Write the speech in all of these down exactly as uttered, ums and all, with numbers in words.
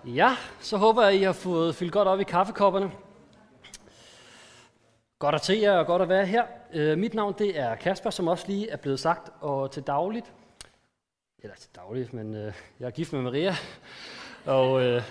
Ja, så håber jeg, at I har fået fyldt godt op i kaffekopperne. Godt at se jer og godt at være her. Uh, mit navn det er Kasper, som også lige er blevet sagt, og til dagligt, eller til dagligt, men uh, jeg er gift med Maria, og uh,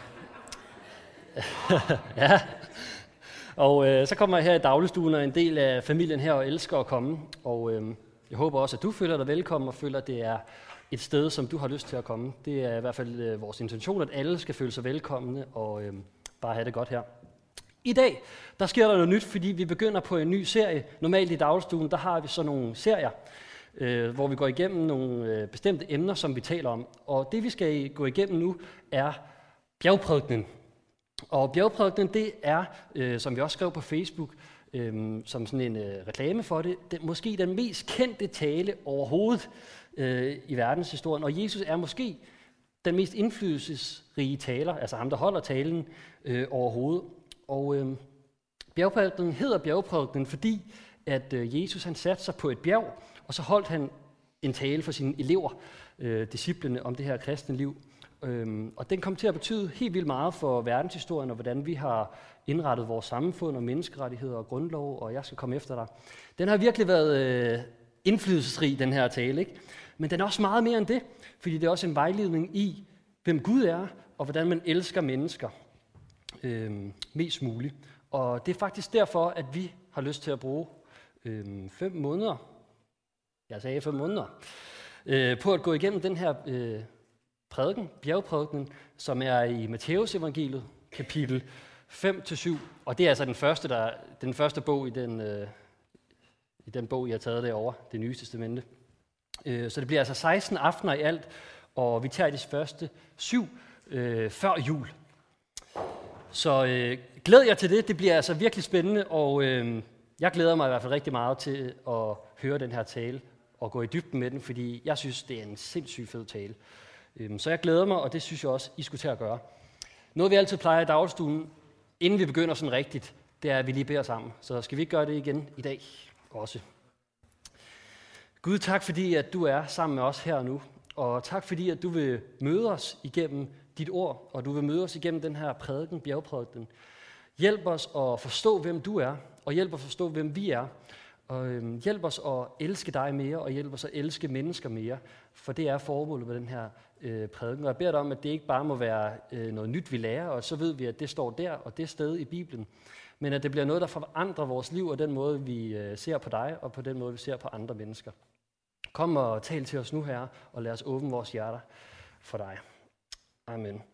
ja, og uh, så kommer jeg her i dagligstuen og er en del af familien her og elsker at komme, og uh, jeg håber også, at du føler dig velkommen og føler, at det er et sted, som du har lyst til at komme. Det er i hvert fald øh, vores intention, at alle skal føle sig velkomne og øh, bare have det godt her. I dag, der sker der noget nyt, fordi vi begynder på en ny serie. Normalt i dagligstuen, der har vi så nogle serier, øh, hvor vi går igennem nogle øh, bestemte emner, som vi taler om. Og det, vi skal gå igennem nu, er bjergprædikenen. Og bjergprædikenen, det er, øh, som vi også skrev på Facebook, øh, som sådan en øh, reklame for det, det, måske den mest kendte tale overhovedet øh, i verdenshistorien. Og Jesus er måske den mest indflydelsesrige taler, altså ham, der holder talen øh, overhovedet. Og øh, bjergprædikenen hedder bjergprædikenen, fordi at øh, Jesus han satte sig på et bjerg, og så holdt han en tale for sine elever, øh, disciplene, om det her kristne liv. Øhm, og den kom til at betyde helt vildt meget for verdenshistorien, og hvordan vi har indrettet vores samfund og menneskerettigheder og grundlov, og jeg skal komme efter dig. Den har virkelig været øh, indflydelsesrig, den her tale, ikke? Men den er også meget mere end det, fordi det er også en vejledning i, hvem Gud er, og hvordan man elsker mennesker øh, mest muligt. Og det er faktisk derfor, at vi har lyst til at bruge øh, fem måneder, jeg sagde fem måneder, øh, på at gå igennem den her øh, prædiken, bjergprædikenen, som er i Matthæus evangeliet, kapitel fem til syv. Og det er altså den første, der, den første bog i den, øh, i den bog, jeg har taget derovre, det nye testamente. Øh, så det bliver altså seksten aftener i alt, og vi tager de første syv øh, før jul. Så øh, glæd jer til det, det bliver altså virkelig spændende, og øh, jeg glæder mig i hvert fald rigtig meget til at høre den her tale, og gå i dybden med den, fordi jeg synes, det er en sindssygt fed tale. Så jeg glæder mig, og det synes jeg også, I skulle til at gøre. Noget vi altid plejer i dagligstuen, inden vi begynder sådan rigtigt, det er, at vi lige beder sammen. Så skal vi ikke gøre det igen i dag også. Gud, tak fordi, at du er sammen med os her og nu. Og tak fordi, at du vil møde os igennem dit ord, og du vil møde os igennem den her prædiken, bjergprædiken. Hjælp os at forstå, hvem du er, og hjælp os at forstå, hvem vi er. Og øhm, hjælp os at elske dig mere, og hjælp os at elske mennesker mere, for det er formålet med den her øh, prædiken. Og jeg beder dig om, at det ikke bare må være øh, noget nyt, vi lærer, og så ved vi, at det står der og det sted i Bibelen, men at det bliver noget, der forandrer vores liv, og den måde, vi øh, ser på dig, og på den måde, vi ser på andre mennesker. Kom og tal til os nu, Herre, og lad os åbne vores hjerter for dig. Amen.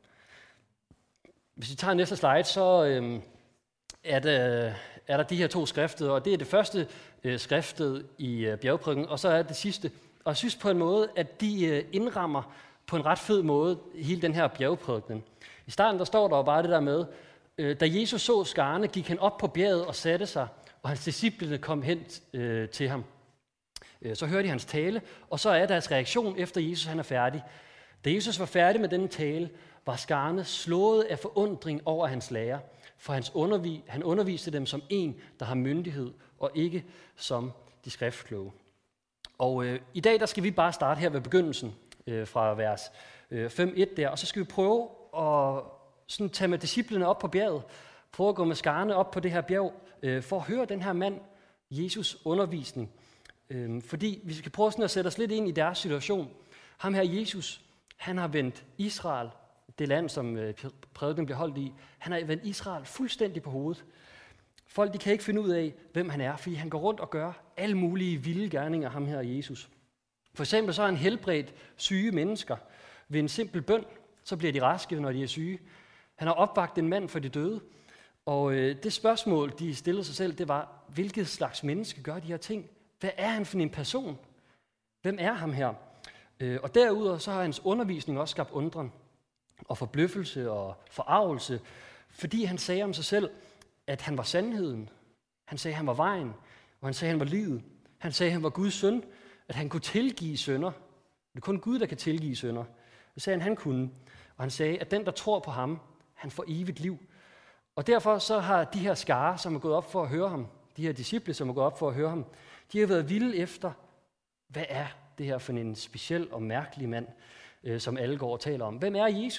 Hvis vi tager næste slide, så øh, er det... er der de her to skrifter, og det er det første øh, skriftet i øh, bjergprædiken, og så er det sidste. Og jeg synes på en måde, at de øh, indrammer på en ret fed måde hele den her bjergprædiken. I starten der står der jo bare det der med, øh, da Jesus så skarne, gik han op på bjerget og satte sig, og hans disciple kom hen øh, til ham. Øh, så hørte de hans tale, og så er deres reaktion efter Jesus han er færdig. Da Jesus var færdig med denne tale, var skarne slået af forundring over hans lære. For hans undervis, han underviste dem som en, der har myndighed, og ikke som de skriftkloge. Og øh, i dag der skal vi bare starte her ved begyndelsen, øh, fra vers øh, fem et der, og så skal vi prøve at sådan, tage med disciplene op på bjerget, prøve at gå med skarne op på det her bjerg, øh, for at høre den her mand, Jesus undervisning. Øh, fordi vi skal prøve sådan at sætte os lidt ind i deres situation. Ham her Jesus, han har vendt Israel, det land, som prædiken bliver holdt i, han har vendt Israel fuldstændig på hovedet. Folk de kan ikke finde ud af, hvem han er, fordi han går rundt og gør alle mulige vilde gerninger, ham her Jesus. For eksempel så har han helbredt syge mennesker ved en simpel bøn, så bliver de raske, når de er syge. Han har opvakt en mand for de døde, og det spørgsmål, de stillede sig selv, det var, hvilket slags menneske gør de her ting? Hvad er han for en person? Hvem er ham her? Og derudover så har hans undervisning også skabt undren og forbløffelse og forarvelse, fordi han sagde om sig selv, at han var sandheden. Han sagde, at han var vejen, og han sagde, at han var livet. Han sagde, at han var Guds søn, at han kunne tilgive synder. Det er kun Gud, der kan tilgive synder. Det sagde han, han kunne. Og han sagde, at den, der tror på ham, han får evigt liv. Og derfor så har de her skare, som er gået op for at høre ham, de her disciple, som er gået op for at høre ham, de har været vilde efter, hvad er det her for en speciel og mærkelig mand, som alle går og taler om. Hvem er Jesus?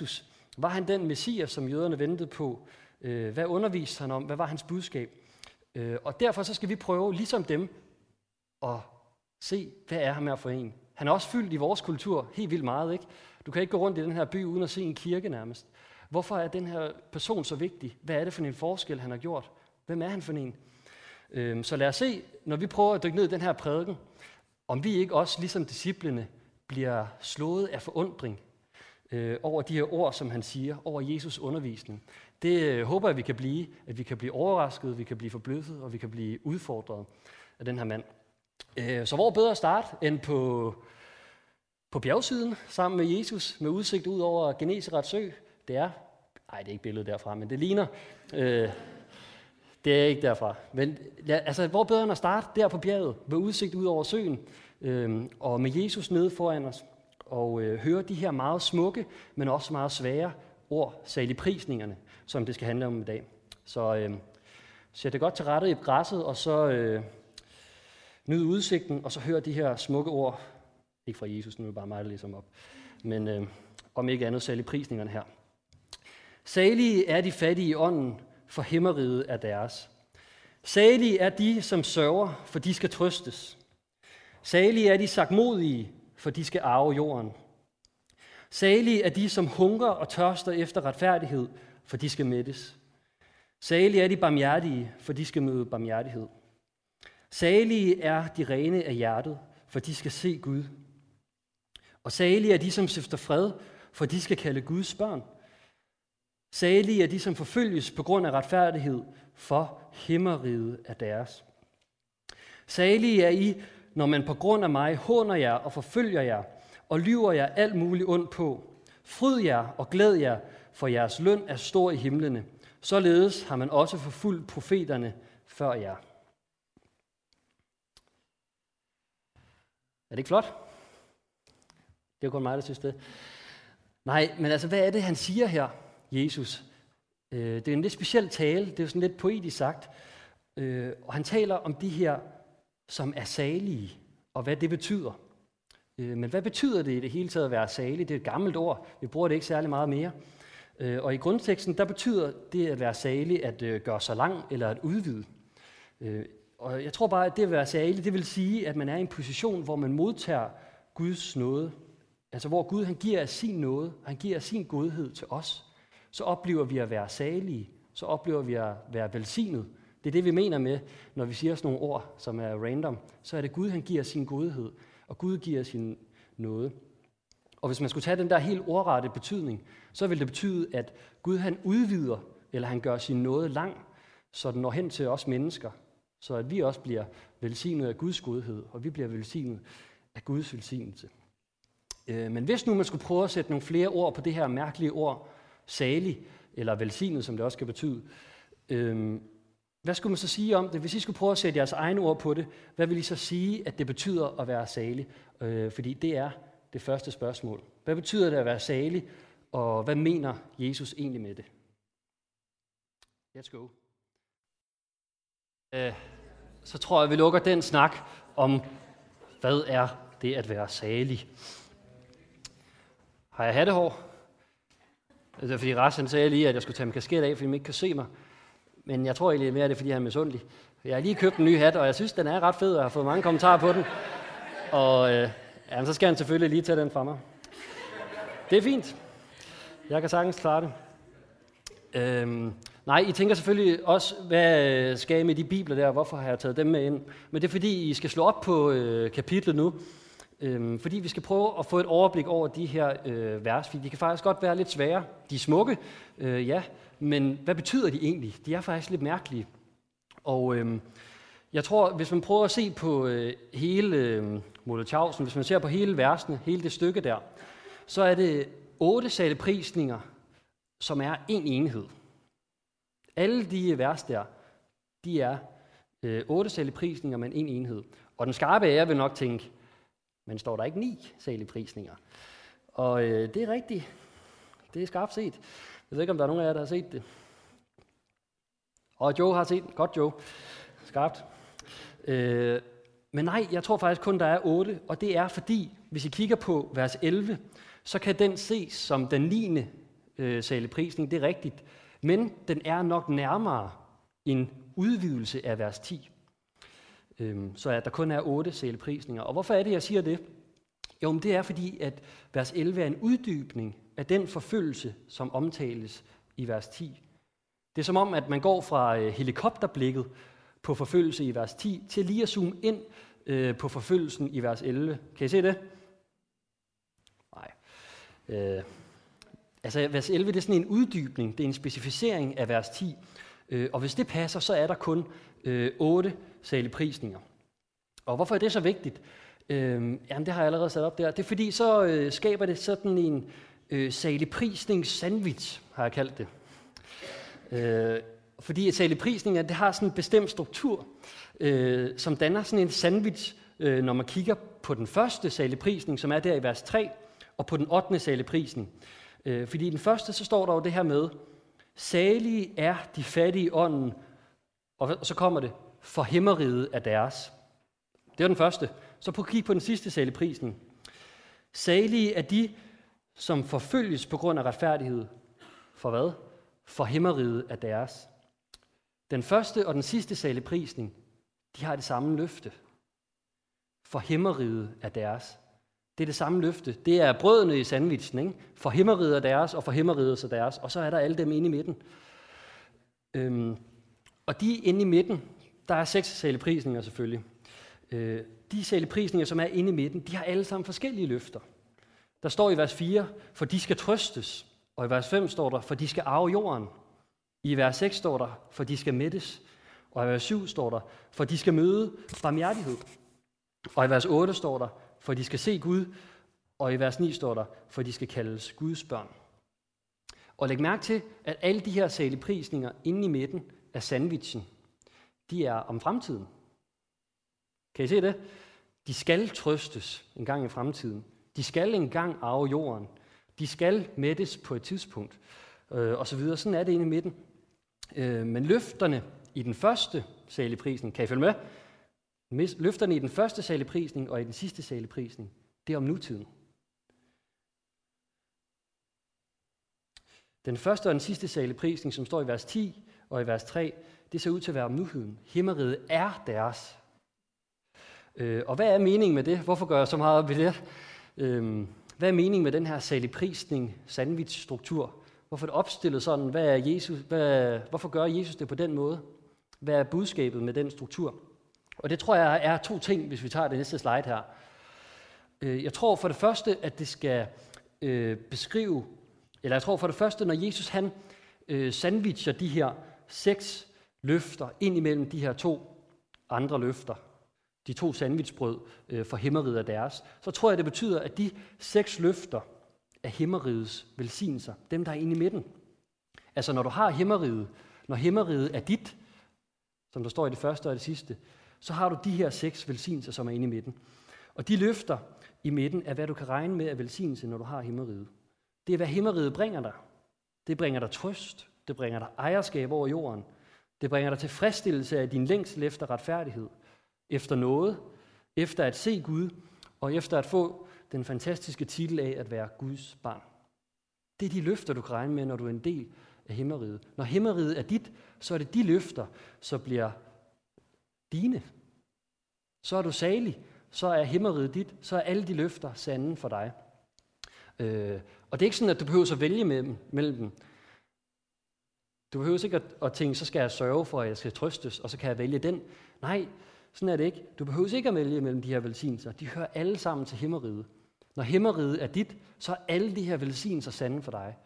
Var han den messias, som jøderne ventede på? Øh, hvad underviste han om? Hvad var hans budskab? Øh, og derfor så skal vi prøve, ligesom dem, at se, hvad er ham her for en? Han er også fyldt i vores kultur helt vildt meget, ikke? Du kan ikke gå rundt i den her by uden at se en kirke nærmest. Hvorfor er den her person så vigtig? Hvad er det for en forskel, han har gjort? Hvem er han for en? Øh, så lad os se, når vi prøver at dykke ned i den her prædiken, om vi ikke også, ligesom disciplene, bliver slået af forundring øh, over de her ord, som han siger, over Jesus undervisning. Det øh, håber jeg, vi kan blive, at vi kan blive overrasket, vi kan blive forbløffet, og vi kan blive udfordret af den her mand. Øh, så hvor bedre at starte end på, på bjergsiden, sammen med Jesus, med udsigt ud over Genesarets sø. Det er, nej, det er ikke billedet derfra, men det ligner. Øh, det er ikke derfra. Men altså, hvor bedre end at starte der på bjerget, med udsigt ud over søen, øh, og med Jesus nede foran os, og øh, høre de her meget smukke, men også meget svære ord, saligprisningerne, som det skal handle om i dag. Så øh, sæt det godt til rette i græsset, og så øh, nyd udsigten, og så hør de her smukke ord, ikke fra Jesus, nu er det bare mig, der læser dem op, men øh, om ikke andet saligprisningerne her. Salige er de fattige i ånden, for himmeriget er deres. Salige er de, som sørger, for de skal trøstes. Salige er de sagtmodige, for de skal arve jorden. Salige er de, som hungrer og tørster efter retfærdighed, for de skal mættes. Salige er de barmhjertige, for de skal møde barmhjertighed. Salige er de rene af hjertet, for de skal se Gud. Og salige er de, som stifter fred, for de skal kalde Guds børn. Salige er de, som forfølges på grund af retfærdighed, for himmeriget er deres. Salige er I, når man på grund af mig håner jer og forfølger jer, og lyver jer alt muligt ondt på. Fryd jer og glæd jer, for jeres løn er stor i himlene. Således har man også forfulgt profeterne før jer. Er det ikke flot? Det er jo kun mig, der synes det. Nej, men altså, hvad er det, han siger her, Jesus? Det er en lidt speciel tale, det er jo sådan lidt poetisk sagt. Og han taler om de her, som er salige, og hvad det betyder. Men hvad betyder det i det hele taget at være salig? Det er et gammelt ord, vi bruger det ikke særlig meget mere. Og i grundteksten, der betyder det at være salig at gøre sig lang eller at udvide. Og jeg tror bare, at det at være salig, det vil sige, at man er i en position, hvor man modtager Guds nåde. Altså hvor Gud han giver af sin nåde, han giver af sin godhed til os. Så oplever vi at være salige, så oplever vi at være velsignet. Det er det, vi mener med, når vi siger sådan nogle ord, som er random. Så er det Gud, han giver sin godhed, og Gud giver sin nåde. Og hvis man skulle tage den der helt ordrette betydning, så vil det betyde, at Gud han udvider, eller han gør sin nåde lang, så den når hen til os mennesker. Så at vi også bliver velsignet af Guds godhed, og vi bliver velsignet af Guds velsignelse. Men hvis nu man skulle prøve at sætte nogle flere ord på det her mærkelige ord, salig, eller velsignet, som det også kan betyde, hvad skulle man så sige om det? Hvis I skulle prøve at sætte jeres egne ord på det, hvad vil I så sige, at det betyder at være salig? Fordi det er det første spørgsmål. Hvad betyder det at være salig, og hvad mener Jesus egentlig med det? Let's go. Så tror jeg, vi lukker den snak om, hvad er det at være salig. Har jeg hattehår? Det er fordi Rassen sagde lige, at jeg skulle tage min kasket af, fordi de ikke kan se mig. Men jeg tror egentlig mere, det er, fordi han er misundelig. Jeg har lige købt en ny hat, og jeg synes, den er ret fed, og jeg har fået mange kommentarer på den. Og øh, ja, så skal han selvfølgelig lige tage den fra mig. Det er fint. Jeg kan sagtens klare det. Øhm, nej, I tænker selvfølgelig også, hvad skal jeg med de bibler der? Hvorfor har jeg taget dem med ind? Men det er fordi, I skal slå op på øh, kapitlet nu. Øhm, fordi vi skal prøve at få et overblik over de her øh, vers, fordi de kan faktisk godt være lidt svære. De er smukke, øh, ja, men hvad betyder de egentlig? De er faktisk lidt mærkelige. Og øh, jeg tror, hvis man prøver at se på øh, hele øh, Molotowsen, hvis man ser på hele versene, hele det stykke der, så er det otte saligprisninger, som er en enhed. Alle de vers der, de er øh, otte saligprisninger, men en enhed. Og den skarpe ære vil nok tænke, men står der ikke ni saligprisninger? Og øh, det er rigtigt. Det er skarpt set. Jeg ved ikke, om der er nogen af jer, der har set det. Og Joe har set det. Godt, Joe. Skarpt. Øh, men nej, jeg tror faktisk kun, der er otte. Og det er fordi, hvis I kigger på vers elleve, så kan den ses som den niende øh, saligprisning, det er rigtigt, men den er nok nærmere en udvidelse af vers ti. Øhm, så at der kun er otte saligprisninger. Og hvorfor er det, jeg siger det? Jo, men det er fordi, at vers elleve er en uddybning af den forfølgelse, som omtales i vers ti. Det er som om, at man går fra øh, helikopterblikket på forfølgelse i vers ti, til lige at zoome ind øh, på forfølgelsen i vers elleve. Kan I se det? Nej. Øh, altså, vers elleve det er sådan en uddybning, det er en specificering af vers ti. Øh, og hvis det passer, så er der kun øh, otte saligprisninger. Og hvorfor er det så vigtigt? Øh, jamen, det har jeg allerede sat op der. Det er fordi, så øh, skaber det sådan en øh, saligprisnings-sandwich, har jeg kaldt det. Øh, fordi saligprisninger, det har sådan en bestemt struktur, øh, som danner sådan en sandwich, øh, når man kigger på den første saligprisning, som er der i vers tre, og på den ottende saligprisning. Øh, fordi i den første, så står der jo det her med, salige er de fattige i ånden, og så kommer det, for himmeriget er deres. Det er den første. Så prøv at kigge på den sidste saligprisning. Salige er de, som forfølges på grund af retfærdighed. For hvad? For himmeriget er deres. Den første og den sidste saligprisning, de har det samme løfte. For himmeriget er deres. Det er det samme løfte. Det er brødene i sandwichen, ikke? For himmeriget er deres, og for himmeriget er deres. Og så er der alle dem inde i midten. Øhm, og de inde i midten, der er seks saligprisninger selvfølgelig. Øh, de saligprisninger, som er inde i midten, de har alle sammen forskellige løfter. Der står i vers fire, for de skal trøstes. Og i vers fem står der, for de skal arve jorden. I vers seks står der, for de skal mættes. Og i vers syv står der, for de skal møde barmhjertighed. Og i vers otte står der, for de skal se Gud. Og i vers ni står der, for de skal kaldes Guds børn. Og læg mærke til, at alle de her saligprisninger inde i midten af sandwichen, de er om fremtiden. Kan I se det? De skal trøstes en gang i fremtiden. De skal engang arve jorden. De skal mættes på et tidspunkt. Øh, og så videre. Sådan er det inde i midten. Øh, men løfterne i den første saligprisning, kan I følge med? Løfterne i den første saligprisning og i den sidste saligprisning, det er om nutiden. Den første og den sidste saligprisning, som står i vers ti og i vers tre, det ser ud til at være om nutiden. Himmeriget er deres. Øh, og hvad er meningen med det? Hvorfor gør jeg så meget op i det? Øh, hvad er meningen med den her saligprisning, sandwich-struktur? Hvorfor er det opstillet sådan? Hvad er Jesus, hvad, hvorfor gør Jesus det på den måde? Hvad er budskabet med den struktur? Og det tror jeg er to ting, hvis vi tager det næste slide her. Øh, jeg tror for det første, at det skal øh, beskrive, eller jeg tror for det første, når Jesus han øh, sandwicher de her seks løfter ind imellem de her to andre løfter, de to sandwichbrød øh, for himmeriget er deres, så tror jeg, det betyder, at de seks løfter af himmerigets velsignelser, dem der er inde i midten. Altså når du har himmeriget, når himmeriget er dit, som der står i det første og det sidste, så har du de her seks velsignelser, som er inde i midten. Og de løfter i midten er, hvad du kan regne med af velsignelse, når du har himmeriget. Det er, hvad himmeriget bringer dig. Det bringer dig trøst. Det bringer dig ejerskab over jorden. Det bringer dig tilfredsstillelse af din længsel efter retfærdighed, efter noget, efter at se Gud, og efter at få den fantastiske titel af at være Guds barn. Det er de løfter, du kan regne med, når du er en del af himmeriget. Når himmeriget er dit, så er det de løfter, som bliver dine. Så er du salig, så er himmeriget dit, så er alle de løfter sande for dig. Øh, og det er ikke sådan, at du behøver at vælge mellem, mellem dem. Du behøver ikke at, at tænke, så skal jeg sørge for, at jeg skal trøstes, og så kan jeg vælge den. Nej, sådan er det ikke. Du behøver ikke at vælge mellem de her velsignelser. De hører alle sammen til himmeriget. Når himmeriget er dit, så er alle de her velsignelser sande for dig.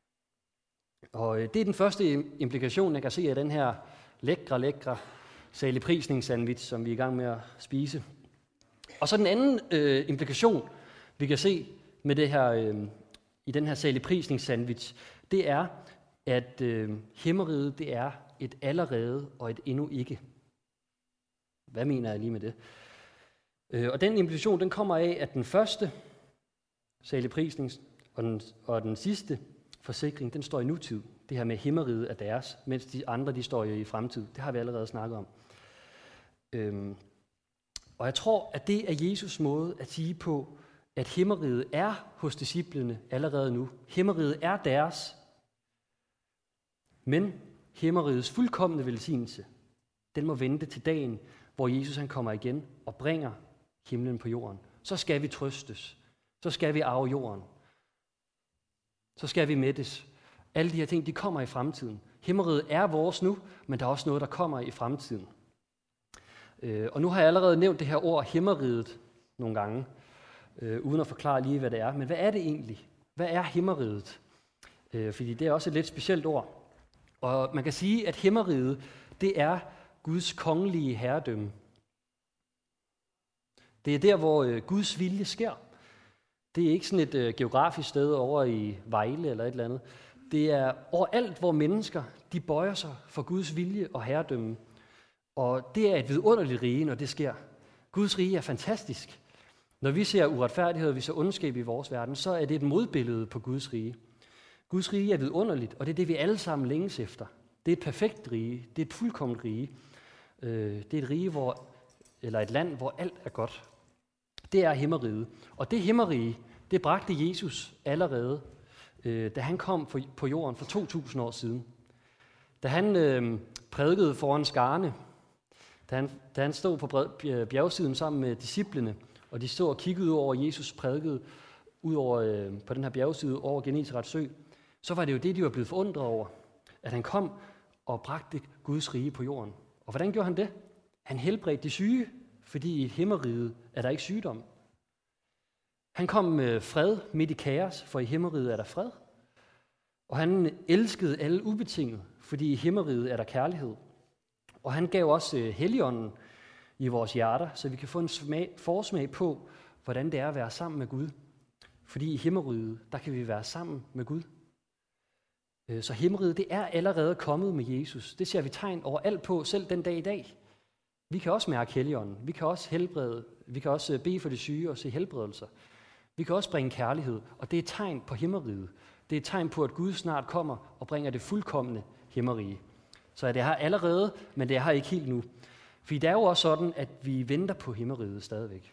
Og det er den første implikation, jeg kan se af den her lækre, lækre saligprisningssandwich, som vi er i gang med at spise. Og så den anden øh, implikation, vi kan se med det her, øh, i den her saligprisningssandwich, det er, at øh, himmeriget, det er et allerede og et endnu ikke. Hvad mener jeg lige med det? Øh, og den implikation, den kommer af, at den første saligprisning og den, og den sidste forsikring, den står i nutid. Det her med himmeriget er deres, mens de andre, de står jo i fremtid. Det har vi allerede snakket om. Øhm, og jeg tror, at det er Jesus måde at sige på, at himmeriget er hos disciplene allerede nu. Himmeriget er deres Men himmerigets fuldkomne velsignelse, den må vente til dagen, hvor Jesus han kommer igen og bringer himlen på jorden. Så skal vi trøstes. Så skal vi arve jorden. Så skal vi mættes. Alle de her ting, de kommer i fremtiden. Himmeriget er vores nu, men der er også noget, der kommer i fremtiden. Øh, og nu har jeg allerede nævnt det her ord, himmeriget, nogle gange, øh, uden at forklare lige, hvad det er. Men hvad er det egentlig? Hvad er himmeriget? Øh, fordi det er også et lidt specielt ord. Og man kan sige, at himmeriget, det er Guds kongelige herredømme. Det er der, hvor øh, Guds vilje sker. Det er ikke sådan et øh, geografisk sted over i Vejle eller et eller andet. Det er overalt, hvor mennesker de bøjer sig for Guds vilje og herredømme. Og det er et vidunderligt rige, når det sker. Guds rige er fantastisk. Når vi ser uretfærdighed og vi ser ondskab i vores verden, så er det et modbillede på Guds rige. Guds rige er vidunderligt, og det er det, vi alle sammen længes efter. Det er et perfekt rige. Det er et fuldkomment rige. Det er et rige, hvor, eller et land, hvor alt er godt. Det er himmeriget. Og det himmerige, det bragte Jesus allerede, da han kom på jorden for to tusind år siden. Da han øh, prædikede foran skarne, da han, da han stod på bjergsiden sammen med disciplene, og de stod og kiggede ud over Jesus prædikede ud over, øh, på den her bjergside over Genesarets sø, så var det jo det, de var blevet forundret over, at han kom og bragte Guds rige på jorden. Og hvordan gjorde han det? Han helbredte de syge, fordi i himmeriget er der ikke sygdom. Han kom med fred midt i kaos, for i himmeriget er der fred. Og han elskede alle ubetinget, fordi i himmeriget er der kærlighed. Og han gav også Helligånden i vores hjerter, så vi kan få en smag, forsmag på, hvordan det er at være sammen med Gud. Fordi i himmeriget, der kan vi være sammen med Gud. Så himmeriget, det er allerede kommet med Jesus. Det ser vi tegn overalt på, selv den dag i dag. Vi kan også mærke Helligånden. Vi kan også helbrede. Vi kan også bede for de syge og se helbredelser. Vi kan også bringe kærlighed, og det er et tegn på himmeriget. Det er et tegn på, at Gud snart kommer og bringer det fuldkomne himmerige. Så det er her allerede, men det er her ikke helt nu. For det er jo også sådan, at vi venter på himmeriget stadigvæk.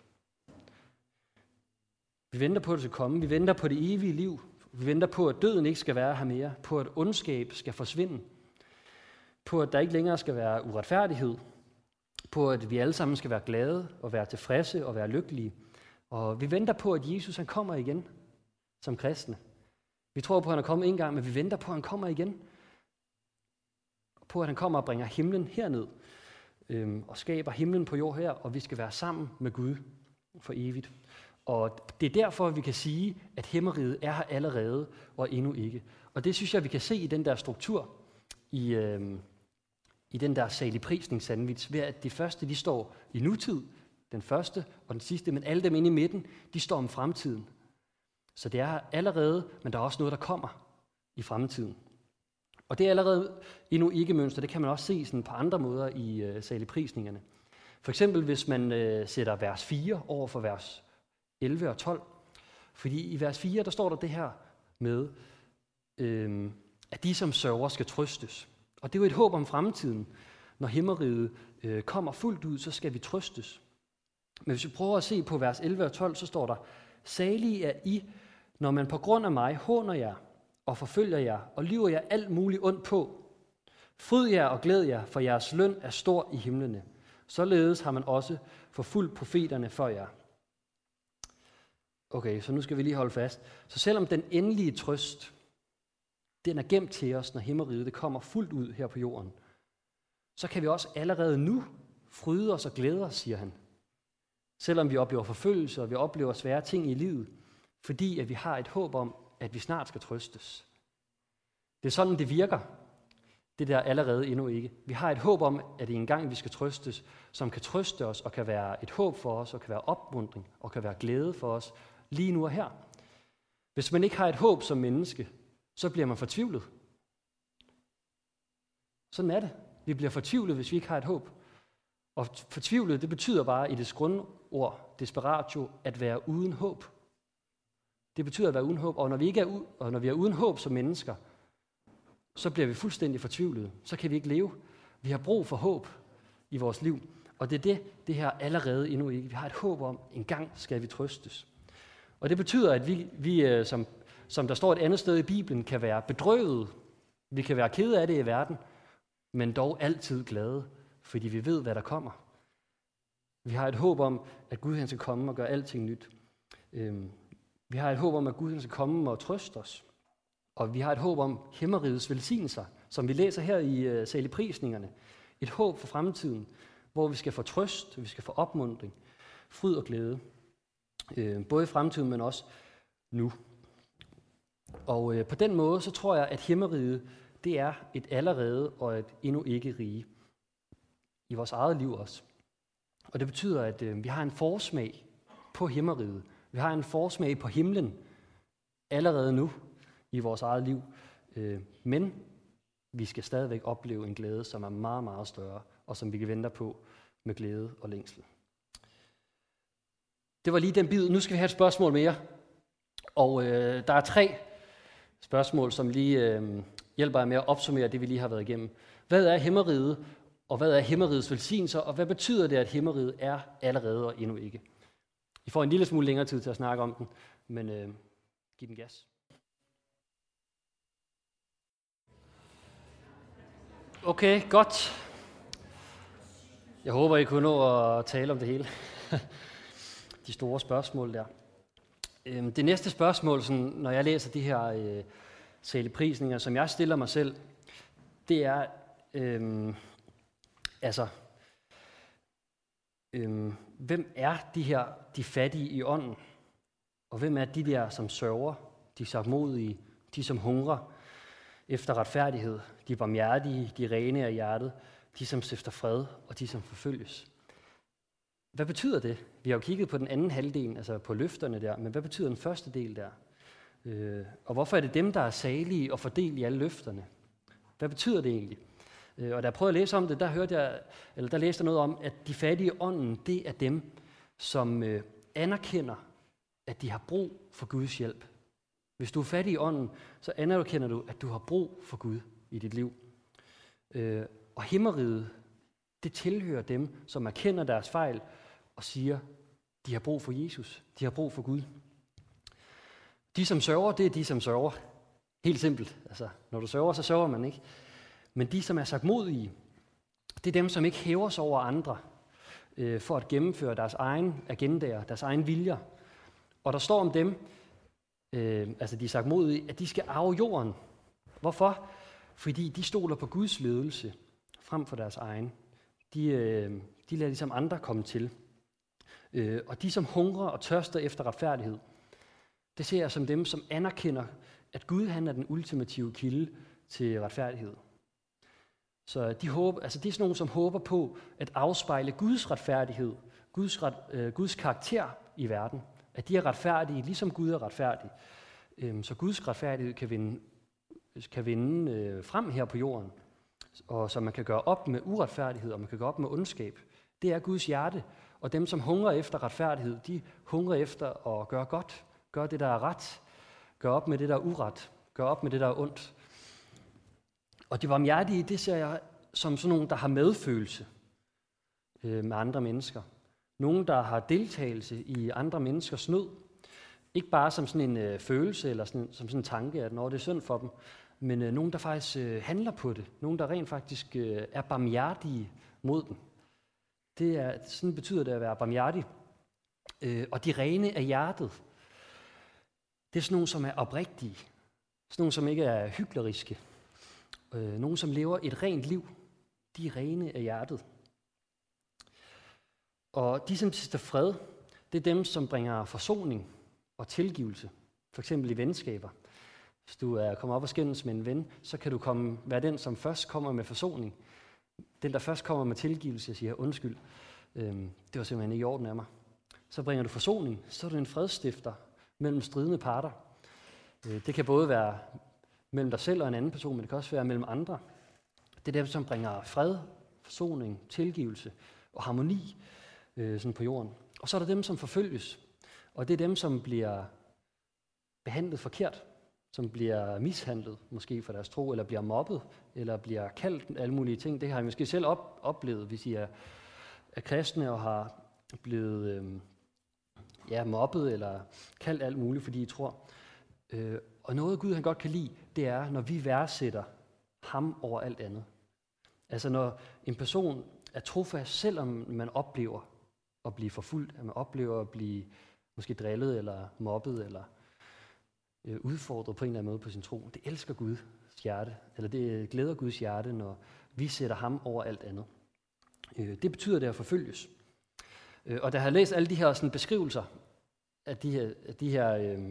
Vi venter på, at det skal komme. Vi venter på det evige liv. Vi venter på, at døden ikke skal være her mere. På, at ondskab skal forsvinde. På, at der ikke længere skal være uretfærdighed. På, at vi alle sammen skal være glade og være tilfredse og være lykkelige. Og vi venter på, at Jesus han kommer igen som kristne. Vi tror på, at han er kommet en gang, men vi venter på, at han kommer igen. På, at han kommer og bringer himlen herned. Øhm, og skaber himlen på jord her, og vi skal være sammen med Gud for evigt. Og det er derfor, vi kan sige, at himmeriget er her allerede, og endnu ikke. Og det synes jeg, vi kan se i den der struktur, i, øhm, i den der saligprisningssandwich, ved at de første, de står i nutid, den første og den sidste, men alle dem inde i midten, de står om fremtiden. Så det er her allerede, men der er også noget, der kommer i fremtiden. Og det er allerede endnu ikke mønster. Det kan man også se sådan på andre måder i øh, saligprisningerne. For eksempel hvis man øh, sætter vers fire over for vers elleve og tolv. Fordi i vers fire, der står der det her med, øh, at de som sørger skal trøstes. Og det er jo et håb om fremtiden. Når himmeriget øh, kommer fuldt ud, så skal vi trøstes. Men hvis vi prøver at se på vers elleve og tolv, så står der, salige er I, når man på grund af mig håner jer og forfølger jer og lyver jer alt muligt ondt på. Fryd jer og glæd jer, for jeres løn er stor i himlene. Således har man også forfulgt profeterne for jer. Okay, så nu skal vi lige holde fast. Så selvom den endelige trøst, den er gemt til os, når himmeriget det kommer fuldt ud her på jorden, så kan vi også allerede nu fryde os og glæde os, siger han. Selvom vi oplever forfølgelse, og vi oplever svære ting i livet, fordi at vi har et håb om, at vi snart skal trøstes. Det er sådan, det virker. Det der allerede endnu ikke. Vi har et håb om, at det en gang vi skal trøstes, som kan trøste os, og kan være et håb for os, og kan være opmuntring, og kan være glæde for os, lige nu og her. Hvis man ikke har et håb som menneske, så bliver man fortvivlet. Sådan er det. Vi bliver fortvivlet, hvis vi ikke har et håb. Og fortvivlet, det betyder bare i dets grundord, desperatio, at være uden håb. Det betyder at være uden håb, og når vi, ikke er, u- og når vi er uden håb som mennesker, så bliver vi fuldstændig fortvivlede. Så kan vi ikke leve. Vi har brug for håb i vores liv, og det er det, det her allerede endnu ikke. Vi har et håb om, en gang skal vi trøstes. Og det betyder, at vi, vi som, som der står et andet sted i Bibelen, kan være bedrøvet Vi kan være kede af det i verden, men dog altid glade, fordi vi ved, hvad der kommer. Vi har et håb om, at Gud han skal komme og gøre alting nyt. Øhm, vi har et håb om, at Gud han skal komme og trøste os. Og vi har et håb om himmerigets velsignelser, som vi læser her i uh, saligprisningerne. Et håb for fremtiden, hvor vi skal få trøst, vi skal få opmuntring, fryd og glæde. Øh, både i fremtiden, men også nu. Og øh, på den måde, så tror jeg, at himmeriget, det er et allerede og et endnu ikke rige. I vores eget liv også. Og det betyder, at øh, vi har en forsmag på himmeriget. Vi har en forsmag på himlen allerede nu i vores eget liv. Øh, men vi skal stadigvæk opleve en glæde, som er meget, meget større, og som vi kan vente på med glæde og længsel. Det var lige den bid. Nu skal vi have et spørgsmål mere. Og øh, der er tre spørgsmål, som lige øh, hjælper jer med at opsummere det, vi lige har været igennem. Hvad er himmeriget, og hvad er himmerigets velsignelser, og hvad betyder det, at himmeriget er allerede og endnu ikke? I får en lille smule længere tid til at snakke om den, men øh, giv den gas. Okay, godt. Jeg håber, I kunne nå at tale om det hele. De store spørgsmål der. Det næste spørgsmål, sådan, når jeg læser de her øh, saligprisninger, som jeg stiller mig selv, det er, øh, altså, øh, hvem er de her, de fattige i ånden? Og hvem er de der, som sørger, de sagtmodige, de som hungrer efter retfærdighed, de barmhjertige, de rene af hjertet, de som stifter fred, og de som forfølges? Hvad betyder det? Vi har jo kigget på den anden halvdel, altså på løfterne der, men hvad betyder den første del der? Øh, og hvorfor er det dem, der er salige og fordelt i alle løfterne? Hvad betyder det egentlig? Øh, og da jeg prøvede at læse om det, der hørte jeg, eller der læste jeg noget om, at de fattige i ånden, det er dem, som øh, anerkender, at de har brug for Guds hjælp. Hvis du er fattig i ånden, så anerkender du, at du har brug for Gud i dit liv. Øh, og himmeriget, det tilhører dem, som erkender deres fejl og siger, de har brug for Jesus, de har brug for Gud. De, som sørger, det er de, som sørger. Helt simpelt. Altså, når du sørger, så sørger man ikke. Men de, som er sagtmodige, det er dem, som ikke hæver sig over andre øh, for at gennemføre deres egen agendaer, deres egen viljer. Og der står om dem, øh, altså de er sagtmodige, at de skal arve jorden. Hvorfor? Fordi de stoler på Guds ledelse frem for deres egen. De, øh, de lader ligesom andre komme til. Øh, og de, som hungrer og tørster efter retfærdighed, det ser jeg som dem, som anerkender, at Gud han er den ultimative kilde til retfærdighed. Så de, håber, altså de er sådan nogle, som håber på at afspejle Guds retfærdighed, Guds, ret, øh, Guds karakter i verden. At de er retfærdige, ligesom Gud er retfærdig. Øh, så Guds retfærdighed kan vinde, kan vinde øh, frem her på jorden. Og så man kan gøre op med uretfærdighed, og man kan gøre op med ondskab. Det er Guds hjerte. Og dem, som hungrer efter retfærdighed, de hungrer efter at gøre godt. Gøre det, der er ret. Gøre op med det, der er uret. Gøre op med det, der er ondt. Og de barmhjertige, det ser jeg som sådan nogle, der har medfølelse øh, med andre mennesker. Nogle, der har deltagelse i andre menneskers nød. Ikke bare som sådan en øh, følelse, eller sådan, som sådan en tanke, at når det er synd for dem, men øh, nogen, der faktisk øh, handler på det. Nogen, der rent faktisk øh, er barmhjertige mod dem. Det er, sådan betyder det at være barmhjertig. Øh, og de rene af hjertet, det er sådan nogle, som er oprigtige. Sådan nogle, som ikke er hykleriske. Øh, nogle, som lever et rent liv. De er rene af hjertet. Og de, som stifter fred, det er dem, som bringer forsoning og tilgivelse. For eksempel i venskaber. Hvis du er kommet op og skændes med en ven, så kan du komme, være den, som først kommer med forsoning. Den, der først kommer med tilgivelse, siger undskyld. Øhm, det var simpelthen ikke i orden af mig. Så bringer du forsoning, så er du en fredstifter mellem stridende parter. Øh, det kan både være mellem dig selv og en anden person, men det kan også være mellem andre. Det er dem, som bringer fred, forsoning, tilgivelse og harmoni øh, sådan på jorden. Og så er der dem, som forfølges. Og det er dem, som bliver behandlet forkert, som bliver mishandlet, måske for deres tro, eller bliver mobbet, eller bliver kaldt alle mulige ting. Det har I måske selv op, oplevet, hvis I er, er kristne og har blevet øh, ja, mobbet, eller kaldt alt muligt, fordi I tror. Øh, og noget Gud han godt kan lide, det er, når vi værdsætter ham over alt andet. Altså når en person er trofast, selvom man oplever at blive forfulgt, at man oplever at blive måske drillet eller mobbet eller øh, udfordret på en eller anden måde på sin tro. Det elsker Guds hjerte, eller det glæder Guds hjerte, når vi sætter ham over alt andet. Øh, det betyder det at forfølges. Øh, og da jeg har læst alle de her sådan, beskrivelser af de her, af de her øh,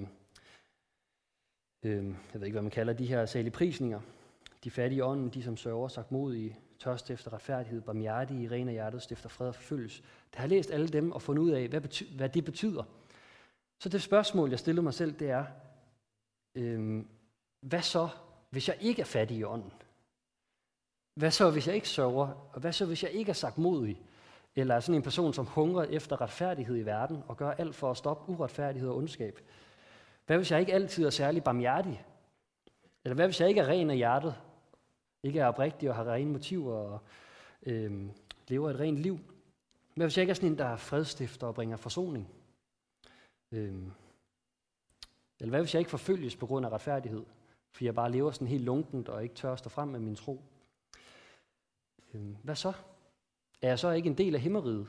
øh, jeg ved ikke hvad man kalder de her saligprisninger, de fattige i ånden, de som sørger, sagtmodige, tørste efter retfærdighed, barmhjertige, rene af hjertet, stifter fred og forfølges. Da jeg har læst alle dem og fundet ud af, hvad, bety- hvad det betyder, så det spørgsmål, jeg stiller mig selv, det er, øh, hvad så, hvis jeg ikke er fattig i ånden? Hvad så, hvis jeg ikke sørger? Og hvad så, hvis jeg ikke er sagtmodig? Eller er sådan en person, som hungrer efter retfærdighed i verden og gør alt for at stoppe uretfærdighed og ondskab? Hvad hvis jeg ikke altid er særlig barmhjertig? Eller hvad hvis jeg ikke er ren af hjertet? Ikke er oprigtig og har rene motiver og øh, lever et rent liv? Hvad hvis jeg ikke er sådan en, der er fredstifter og bringer forsoning? Øh, eller hvad hvis jeg ikke forfølges på grund af retfærdighed? Fordi jeg bare lever sådan helt lunkent og ikke tør at stå frem med min tro? Øh, hvad så? Er jeg så ikke en del af himmeriget?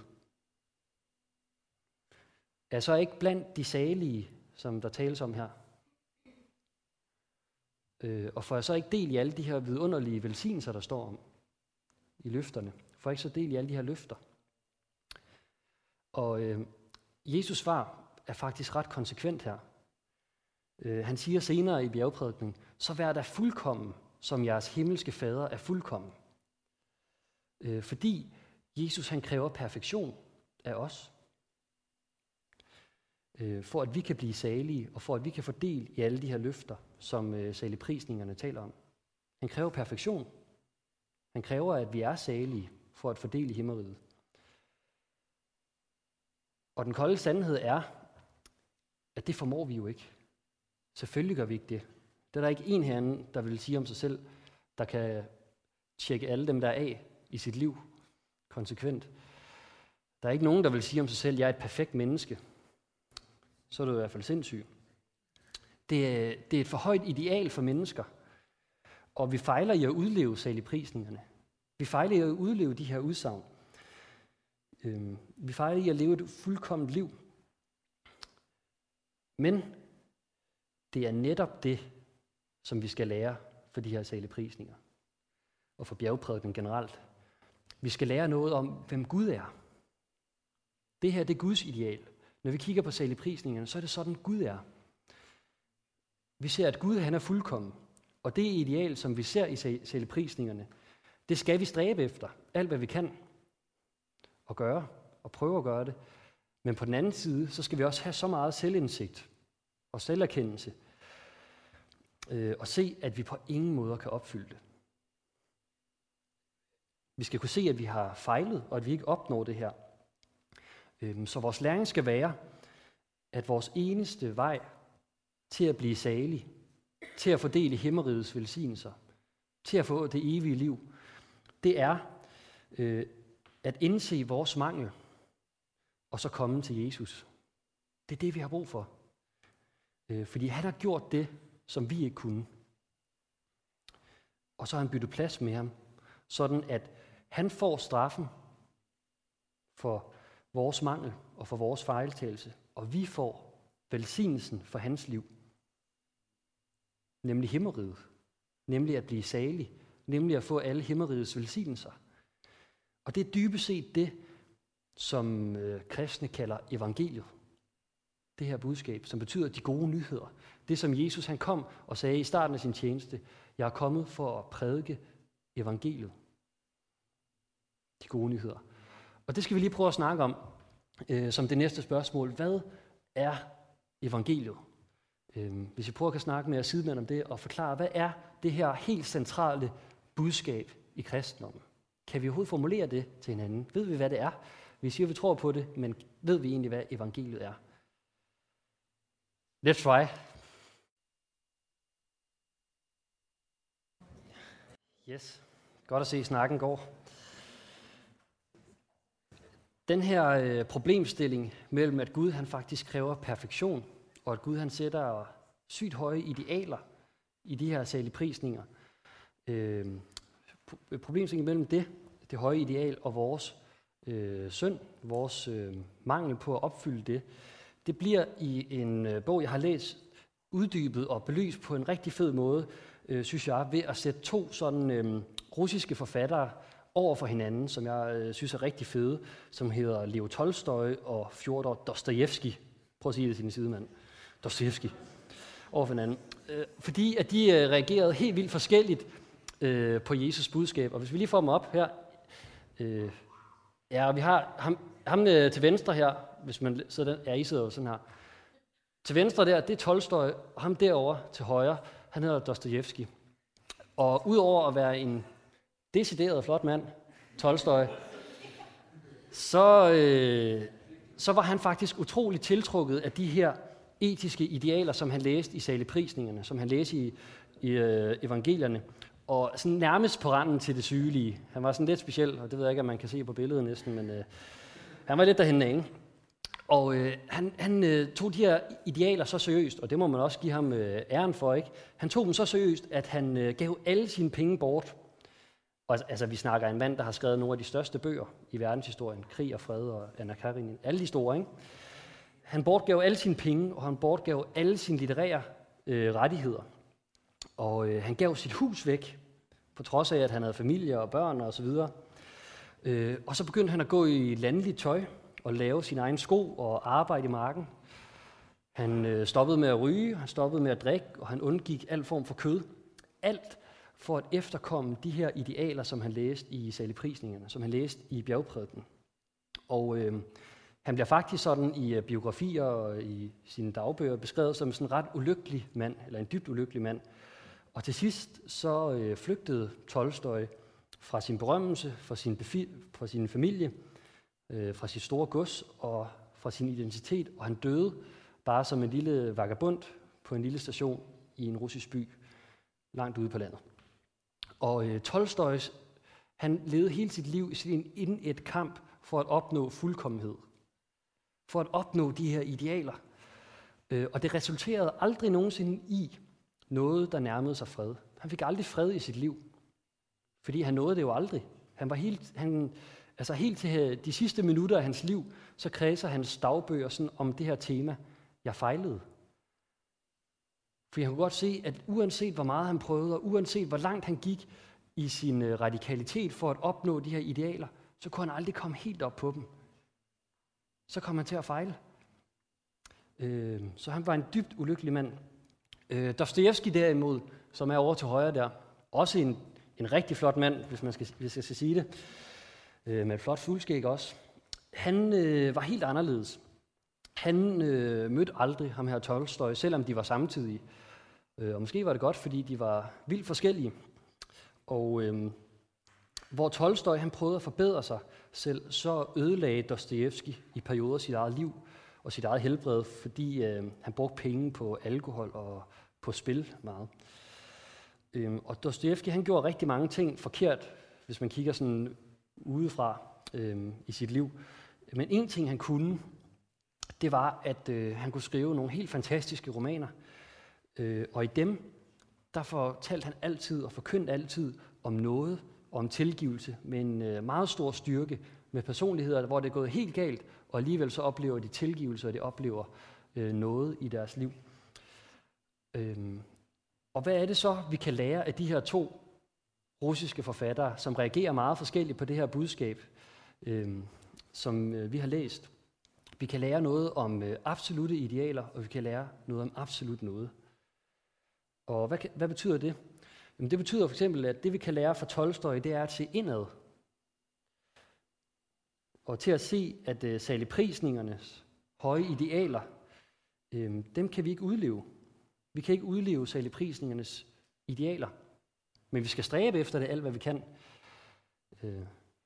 Er jeg så ikke blandt de salige, som der tales om her? Øh, og får jeg så ikke del i alle de her vidunderlige velsignelser, der står om i løfterne? Får jeg ikke så del i alle de her løfter? Og øh, Jesus svar er faktisk ret konsekvent her. Øh, han siger senere i bjergprædikningen, så vær der fuldkommen, som jeres himmelske fader er fuldkommen. Øh, fordi Jesus han kræver perfektion af os, øh, for at vi kan blive salige, og for at vi kan få del i alle de her løfter, som øh, saligprisningerne taler om. Han kræver perfektion. Han kræver, at vi er salige, for at få del i himmeriget. Og den kolde sandhed er, at det formår vi jo ikke. Selvfølgelig gør vi ikke det. Det er der ikke en herinde, der vil sige om sig selv, der kan tjekke alle dem, der er af i sit liv konsekvent. Der er ikke nogen, der vil sige om sig selv, at jeg er et perfekt menneske. Så er du i hvert fald sindssyg. Det er, det er et for højt ideal for mennesker. Og vi fejler i at udleve saligprisningerne. Vi fejler i at udleve de her udsagn. Øhm, vi fejler i at leve et fuldkomment liv. Men det er netop det, som vi skal lære for de her saligprisninger. Og for bjergprædiken generelt. Vi skal lære noget om, hvem Gud er. Det her det er Guds ideal. Når vi kigger på saligprisningerne, så er det sådan, Gud er. Vi ser, at Gud han er fuldkommen. Og det ideal, som vi ser i saligprisningerne, det skal vi stræbe efter. Alt, hvad vi kan. Og gøre. Og prøve at gøre det. Men på den anden side, så skal vi også have så meget selvindsigt og selverkendelse. Øh, og se, at vi på ingen måde kan opfylde det. Vi skal kunne se, at vi har fejlet, og at vi ikke opnår det her. Så vores læring skal være, at vores eneste vej til at blive salig, til at få del i himmerigets velsignelser, til at få det evige liv, det er øh, at indse vores mangel, og så komme til Jesus. Det er det, vi har brug for. Øh, fordi han har gjort det, som vi ikke kunne. Og så har han byttet plads med ham, sådan at han får straffen for vores mangel og for vores fejltagelse, og vi får velsignelsen for hans liv. Nemlig himmeriget. Nemlig at blive salig. Nemlig at få alle himmerigets velsignelser. Og det er dybest set det, som øh, kristne kalder evangeliet. Det her budskab, som betyder de gode nyheder. Det, som Jesus han kom og sagde i starten af sin tjeneste, jeg er kommet for at prædike evangeliet. De gode nyheder. Og det skal vi lige prøve at snakke om, øh, som det næste spørgsmål. Hvad er evangeliet? Øh, hvis vi prøver at snakke med jer sidemænd om det, og forklare, hvad er det her helt centrale budskab i kristendommen? Kan vi overhovedet formulere det til hinanden? Ved vi, hvad det er? Vi siger, at vi tror på det, men ved vi egentlig, hvad evangeliet er? Let's try. Yes. Godt at se, snakken går. Den her øh, problemstilling mellem, at Gud han faktisk kræver perfektion, og at Gud han sætter sygt høje idealer i de her saligprisninger, Øh, Problemstillingen mellem det, det høje ideal og vores øh, synd, vores øh, mangel på at opfylde det, det bliver i en øh, bog, jeg har læst, uddybet og belyst på en rigtig fed måde, øh, synes jeg, ved at sætte to sådan øh, russiske forfattere over for hinanden, som jeg øh, synes er rigtig fede, som hedder Leo Tolstoj og Fjodor Dostojevskij. Prøv at sige det til din sidemand. Dostojevskij. Over for hinanden. Øh, fordi at de øh, reagerede helt vildt forskelligt øh, på Jesus budskab. Og hvis vi lige får dem op her. Øh, ja, vi har ham, ham øh, til venstre her, hvis man sidder der. Ja, I sidder jo sådan her. Til venstre der, det er Tolstoj, og ham derovre til højre, han hedder Dostojevskij. Og udover at være en decideret flot mand, Tolstoj, så, øh, så var han faktisk utroligt tiltrukket af de her etiske idealer, som han læste i saligprisningerne, som han læste i, i øh, evangelierne, og sådan nærmest på randen til det sygelige. Han var sådan lidt speciel, og det ved jeg ikke, om man kan se på billedet næsten, men øh, han var lidt derhenne, ikke? Og øh, han, han øh, tog de her idealer så seriøst, og det må man også give ham øh, æren for, ikke? Han tog dem så seriøst, at han øh, gav alle sine penge bort. Og, altså, vi snakker en mand, der har skrevet nogle af de største bøger i verdenshistorien. Krig og fred og Anna Karenina. Alle de store, ikke? Han bortgav alle sine penge, og han bortgav alle sine litterære øh, rettigheder. Og øh, han gav sit hus væk, på trods af, at han havde familie og børn og så videre. Øh, og så begyndte han at gå i landligt tøj, og lave sine egne sko og arbejde i marken. Han øh, stoppede med at ryge, han stoppede med at drikke, og han undgik al form for kød. Alt for at efterkomme de her idealer, som han læste i saligprisningerne, som han læste i bjergprædiken. Og øh, han bliver faktisk sådan i uh, biografier og i sine dagbøger beskrevet som sådan en ret ulykkelig mand, eller en dybt ulykkelig mand. Og til sidst så øh, flygtede Tolstoj fra sin berømmelse, fra sin, befi- fra sin familie, øh, fra sit store gods og fra sin identitet, og han døde bare som en lille vagabond på en lille station i en russisk by, langt ude på landet. Og øh, Tolstoj, han levede hele sit liv i sin inden et kamp for at opnå fuldkommenhed, for at opnå de her idealer. Øh, og det resulterede aldrig nogensinde i noget, der nærmede sig fred. Han fik aldrig fred i sit liv, fordi han nåede det jo aldrig. Han var helt, han, altså helt til de sidste minutter af hans liv, så kredser hans dagbøger sådan om det her tema, jeg fejlede. For han kunne godt se, at uanset hvor meget han prøvede, og uanset hvor langt han gik i sin radikalitet for at opnå de her idealer, så kunne han aldrig komme helt op på dem. Så kom han til at fejle. Øh, så han var en dybt ulykkelig mand. Øh, Dostojevskij derimod, som er over til højre der, også en, en rigtig flot mand, hvis man skal, hvis jeg skal sige det, øh, med et flot fuldskæg også. Han øh, var helt anderledes. Han øh, mødte aldrig ham her Tolstoj, selvom de var samtidige. Øh, og måske var det godt, fordi de var vildt forskellige. Og øh, hvor Tolstoj han prøvede at forbedre sig selv, så ødelagde Dostojevskij i perioder sit eget liv og sit eget helbred, fordi øh, han brugte penge på alkohol og på spil meget. Øh, og Dostojevskij han gjorde rigtig mange ting forkert, hvis man kigger sådan udefra øh, i sit liv. Men en ting han kunne, det var, at øh, han kunne skrive nogle helt fantastiske romaner. Øh, og i dem, der fortalte han altid og forkyndte altid om noget, om tilgivelse, med en øh, meget stor styrke, med personligheder, hvor det er gået helt galt, og alligevel så oplever de tilgivelse, og de oplever øh, noget i deres liv. Øh, og hvad er det så, vi kan lære af de her to russiske forfattere, som reagerer meget forskelligt på det her budskab, øh, som øh, vi har læst? Vi kan lære noget om øh, absolute idealer, og vi kan lære noget om absolut noget. Og hvad, hvad betyder det? Jamen, det betyder for eksempel, at det vi kan lære fra Tolstoj, det er at se indad. Og til at se, at øh, saligprisningernes høje idealer, øh, dem kan vi ikke udleve. Vi kan ikke udleve saligprisningernes idealer, men vi skal stræbe efter det alt, hvad vi kan. Øh,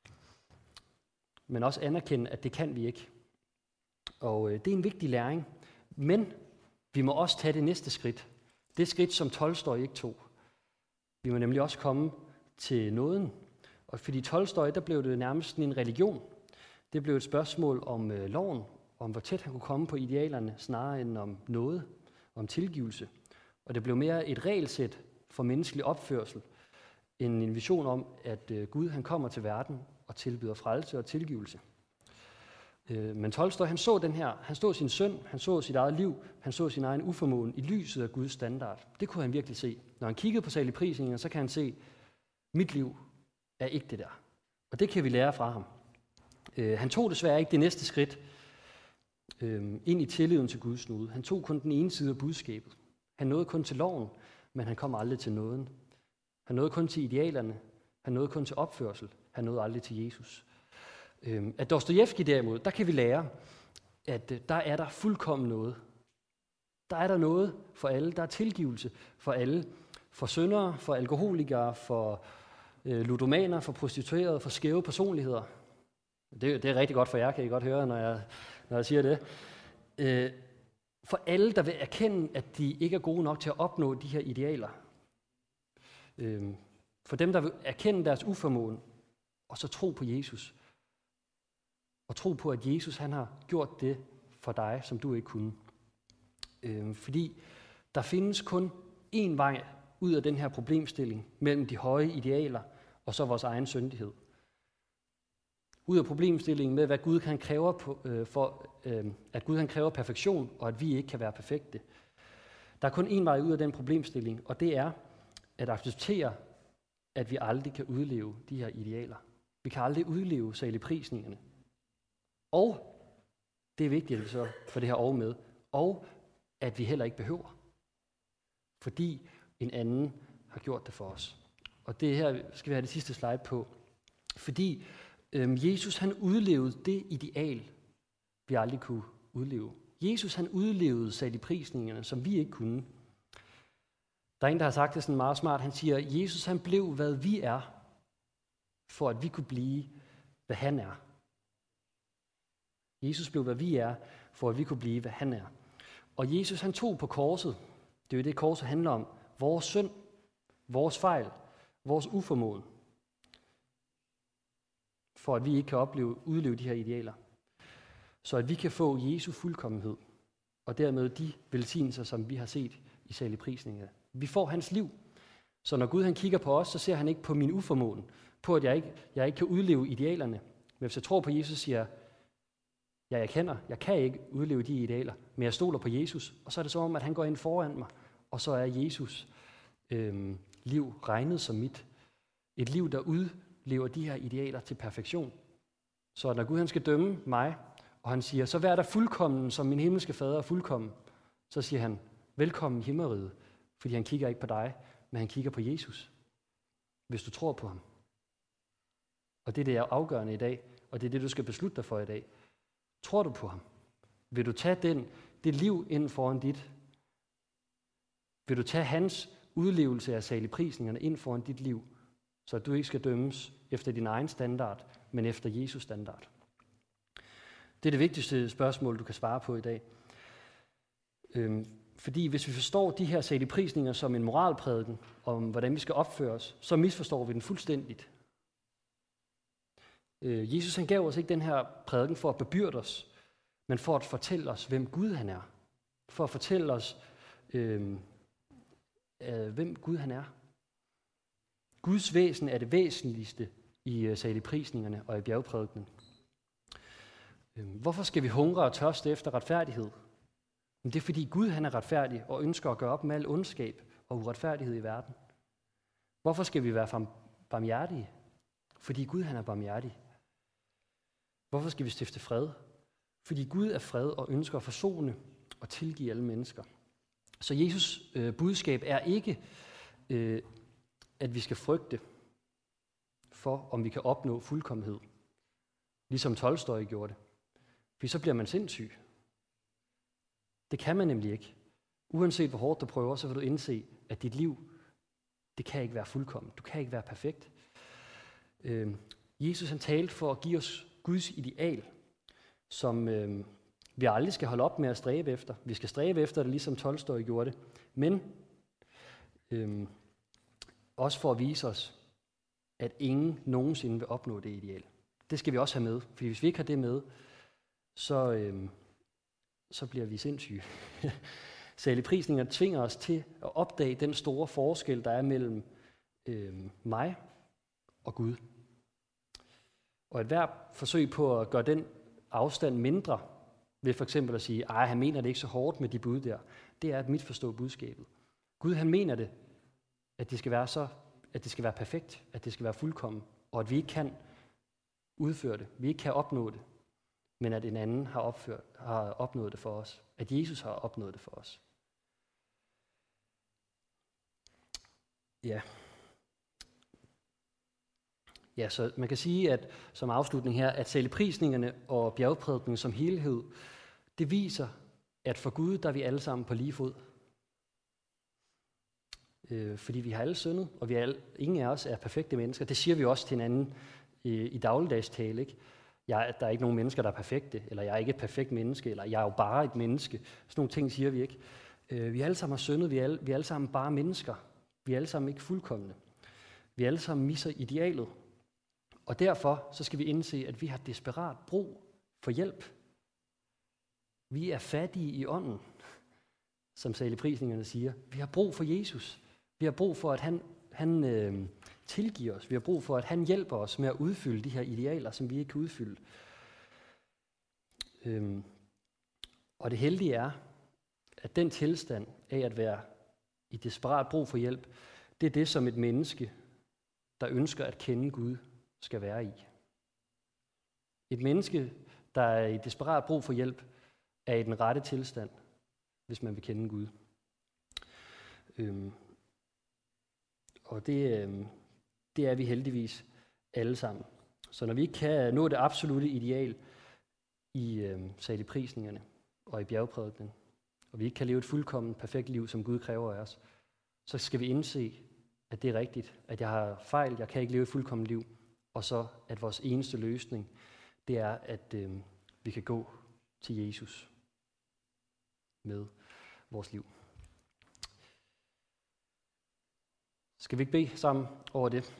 men også anerkende, at det kan vi ikke. Og øh, det er en vigtig læring. Men vi må også tage det næste skridt. Det skridt, som Tolstoj ikke tog. Vi må nemlig også komme til nåden. Og fordi Tolstoj, der blev det nærmest en religion. Det blev et spørgsmål om øh, loven, om hvor tæt han kunne komme på idealerne, snarere end om noget, om tilgivelse. Og det blev mere et regelsæt for menneskelig opførsel, en vision om, at øh, Gud han kommer til verden og tilbyder frelse og tilgivelse. Øh, men Tolstoj, han så den her, han så sin søn, han så sit eget liv, han så sin egen uformåen i lyset af Guds standard. Det kunne han virkelig se. Når han kiggede på saligprisningen, så kan han se, mit liv er ikke det der. Og det kan vi lære fra ham. Øh, han tog desværre ikke det næste skridt øh, ind i tilliden til Guds nåde. Han tog kun den ene side af budskabet. Han nåede kun til loven, men han kom aldrig til nåden. Han nåede kun til idealerne. Han nåede kun til opførsel. Han nåede aldrig til Jesus. Øh, af Dostojevskij derimod, der kan vi lære, at øh, der er der fuldkommen noget. Der er der noget for alle. Der er tilgivelse for alle. For syndere, for alkoholikere, for øh, ludomaner, for prostituerede, for skæve personligheder. Det, det er rigtig godt for jer, kan I godt høre, når jeg, når jeg siger det. Øh, for alle, der vil erkende, at de ikke er gode nok til at opnå de her idealer. Øh, for dem, der vil erkende deres uformåen, og så tro på Jesus. Og tro på, at Jesus han har gjort det for dig, som du ikke kunne. Øh, fordi der findes kun én vej ud af den her problemstilling mellem de høje idealer og så vores egen syndighed. Ud af problemstillingen med, hvad Gud kan kræve på, øh, for, øh, at Gud han kræver perfektion, og at vi ikke kan være perfekte. Der er kun én vej ud af den problemstilling, og det er at acceptere, at vi aldrig kan udleve de her idealer. Vi kan aldrig udleve saligprisningerne. Og, det er vigtigt, at vi så får det her over med, og at vi heller ikke behøver. Fordi en anden har gjort det for os. Og det her skal vi have det sidste slide på. Fordi øhm, Jesus han udlevede det ideal, vi aldrig kunne udleve. Jesus han udlevede saligprisningerne, som vi ikke kunne. Der er en, der har sagt det sådan meget smart. Han siger, Jesus han blev, hvad vi er, for at vi kunne blive, hvad han er. Jesus blev, hvad vi er, for at vi kunne blive, hvad han er. Og Jesus han tog på korset, det er jo det, korset handler om, vores synd, vores fejl, vores uformåen, for at vi ikke kan opleve, udleve de her idealer. Så at vi kan få Jesu fuldkommenhed, og dermed de velsignelser, som vi har set i saligprisningerne. Vi får hans liv, så når Gud han kigger på os, så ser han ikke på min uformåen, på at jeg ikke, jeg ikke kan udleve idealerne. Men hvis jeg tror på Jesus, siger ja, jeg kender, jeg kan ikke udleve de idealer, men jeg stoler på Jesus, og så er det som om, at han går ind foran mig, og så er Jesus øhm, liv regnet som mit. Et liv, der udlever de her idealer til perfektion. Så når Gud han skal dømme mig, og han siger, så vær der fuldkommen, som min himmelske fader er fuldkommen, så siger han, velkommen i himmeriget, fordi han kigger ikke på dig, men han kigger på Jesus, hvis du tror på ham. Og det er det, jeg er afgørende i dag, og det er det, du skal beslutte dig for i dag. Tror du på ham? Vil du tage den, det liv ind foran dit? Vil du tage hans udlevelse af saligprisningerne ind foran dit liv, så du ikke skal dømmes efter din egen standard, men efter Jesus standard? Det er det vigtigste spørgsmål, du kan svare på i dag. Øhm, fordi hvis vi forstår de her saligprisninger som en moralprædiken om, hvordan vi skal opføre os, så misforstår vi den fuldstændigt. Øh, Jesus han gav os ikke den her prædiken for at bebyrde os, men for at fortælle os, hvem Gud han er. For at fortælle os, øh, øh, hvem Gud han er. Guds væsen er det væsentligste i uh, saligprisningerne og i bjergprædikenen. Øh, hvorfor skal vi hungre og tørste efter retfærdighed? Men det er fordi Gud han er retfærdig og ønsker at gøre op med al ondskab og uretfærdighed i verden. Hvorfor skal vi være barmhjertige? Fordi Gud han er barmhjertig. Hvorfor skal vi stifte fred? Fordi Gud er fred og ønsker at forsone og tilgive alle mennesker. Så Jesus øh, budskab er ikke, øh, at vi skal frygte for, om vi kan opnå fuldkommenhed. Ligesom Tolstoj gjorde det. For så bliver man sindssyg. Det kan man nemlig ikke. Uanset hvor hårdt du prøver, så vil du indse, at dit liv, det kan ikke være fuldkommen. Du kan ikke være perfekt. Øh, Jesus han talte for at give os Guds ideal, som øh, vi aldrig skal holde op med at stræbe efter. Vi skal stræbe efter det, ligesom Tolstoj gjorde det. Men øh, også for at vise os, at ingen nogensinde vil opnå det ideal. Det skal vi også have med, for hvis vi ikke har det med, så, øh, så bliver vi sindssyge. Saligprisninger tvinger os til at opdage den store forskel, der er mellem øh, mig og Gud. Og et hver forsøg på at gøre den afstand mindre, ved for eksempel at sige, ej, han mener det ikke så hårdt med de bud der, det er at misforstå budskabet. Gud, han mener det, at det skal være så, at det skal være perfekt, at det skal være fuldkommen, og at vi ikke kan udføre det, vi ikke kan opnå det, men at en anden har, opført, har opnået det for os, at Jesus har opnået det for os. Ja. Ja, så man kan sige, at som afslutning her, at saligprisningerne og bjergprædikningen som helhed, det viser, at for Gud, der er vi alle sammen på lige fod. Øh, fordi vi har alle syndet, og vi er alle, ingen af os er perfekte mennesker. Det siger vi også til hinanden i, i dagligdags tale, ikke? Jeg, der er ikke nogen mennesker, der er perfekte, eller jeg er ikke et perfekt menneske, eller jeg er jo bare et menneske. Sådan nogle ting siger vi ikke. Øh, vi alle sammen har syndet, vi er, alle, vi er alle sammen bare mennesker. Vi er alle sammen ikke fuldkomne. Vi alle sammen misser idealet. Og derfor så skal vi indse, at vi har desperat brug for hjælp. Vi er fattige i ånden, som saligprisningerne siger. Vi har brug for Jesus. Vi har brug for, at han, han øh, tilgiver os. Vi har brug for, at han hjælper os med at udfylde de her idealer, som vi ikke kan udfylde. Øhm, og det heldige er, at den tilstand af at være i desperat brug for hjælp, det er det, som et menneske, der ønsker at kende Gud, skal være i. Et menneske, der er i desperat brug for hjælp, er i den rette tilstand, hvis man vil kende Gud. Øhm, og det, øhm, det er vi heldigvis alle sammen. Så når vi ikke kan nå det absolutte ideal i øhm, saligprisningerne og i bjergprædikningen, og vi ikke kan leve et fuldkommen perfekt liv, som Gud kræver af os, så skal vi indse, at det er rigtigt, at jeg har fejl, jeg kan ikke leve et fuldkommen liv, og så at vores eneste løsning, det er, at øh, vi kan gå til Jesus med vores liv. Skal vi ikke bede sammen over det?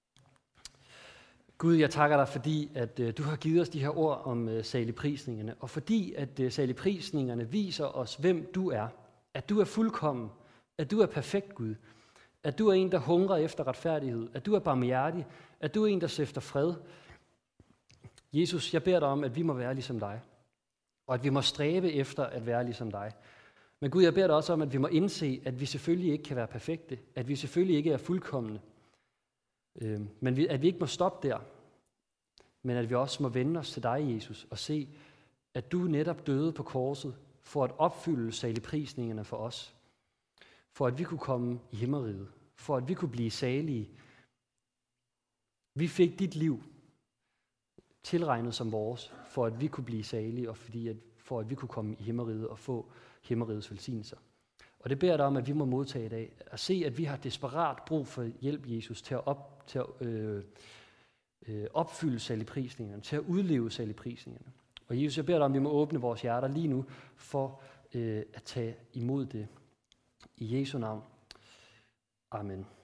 Gud, jeg takker dig, fordi at øh, du har givet os de her ord om øh, saligprisningerne, og fordi at øh, saligprisningerne viser os, hvem du er. At du er fuldkommen, at du er perfekt, Gud. At du er en, der hungrer efter retfærdighed. At du er barmhjertig. At du er en, der søfter fred. Jesus, jeg beder dig om, at vi må være ligesom dig. Og at vi må stræbe efter at være ligesom dig. Men Gud, jeg beder dig også om, at vi må indse, at vi selvfølgelig ikke kan være perfekte. At vi selvfølgelig ikke er fuldkomne. Øh, men vi, at vi ikke må stoppe der. Men at vi også må vende os til dig, Jesus, og se, at du netop døde på korset for at opfylde saligprisningerne for os. For at vi kunne komme i himmeriget. For at vi kunne blive salige. Vi fik dit liv tilregnet som vores, for at vi kunne blive salige, og fordi at, for at vi kunne komme i himmeriget og få himmerigets velsignelser. Og det beder dig om, at vi må modtage i dag. At se, at vi har desperat brug for hjælp, Jesus, til at, op, til at øh, øh, opfylde saligprisningerne, til at udleve saligprisningerne. Og Jesus, jeg beder dig om, at vi må åbne vores hjerter lige nu, for øh, at tage imod det. I Jesu navn. Amen.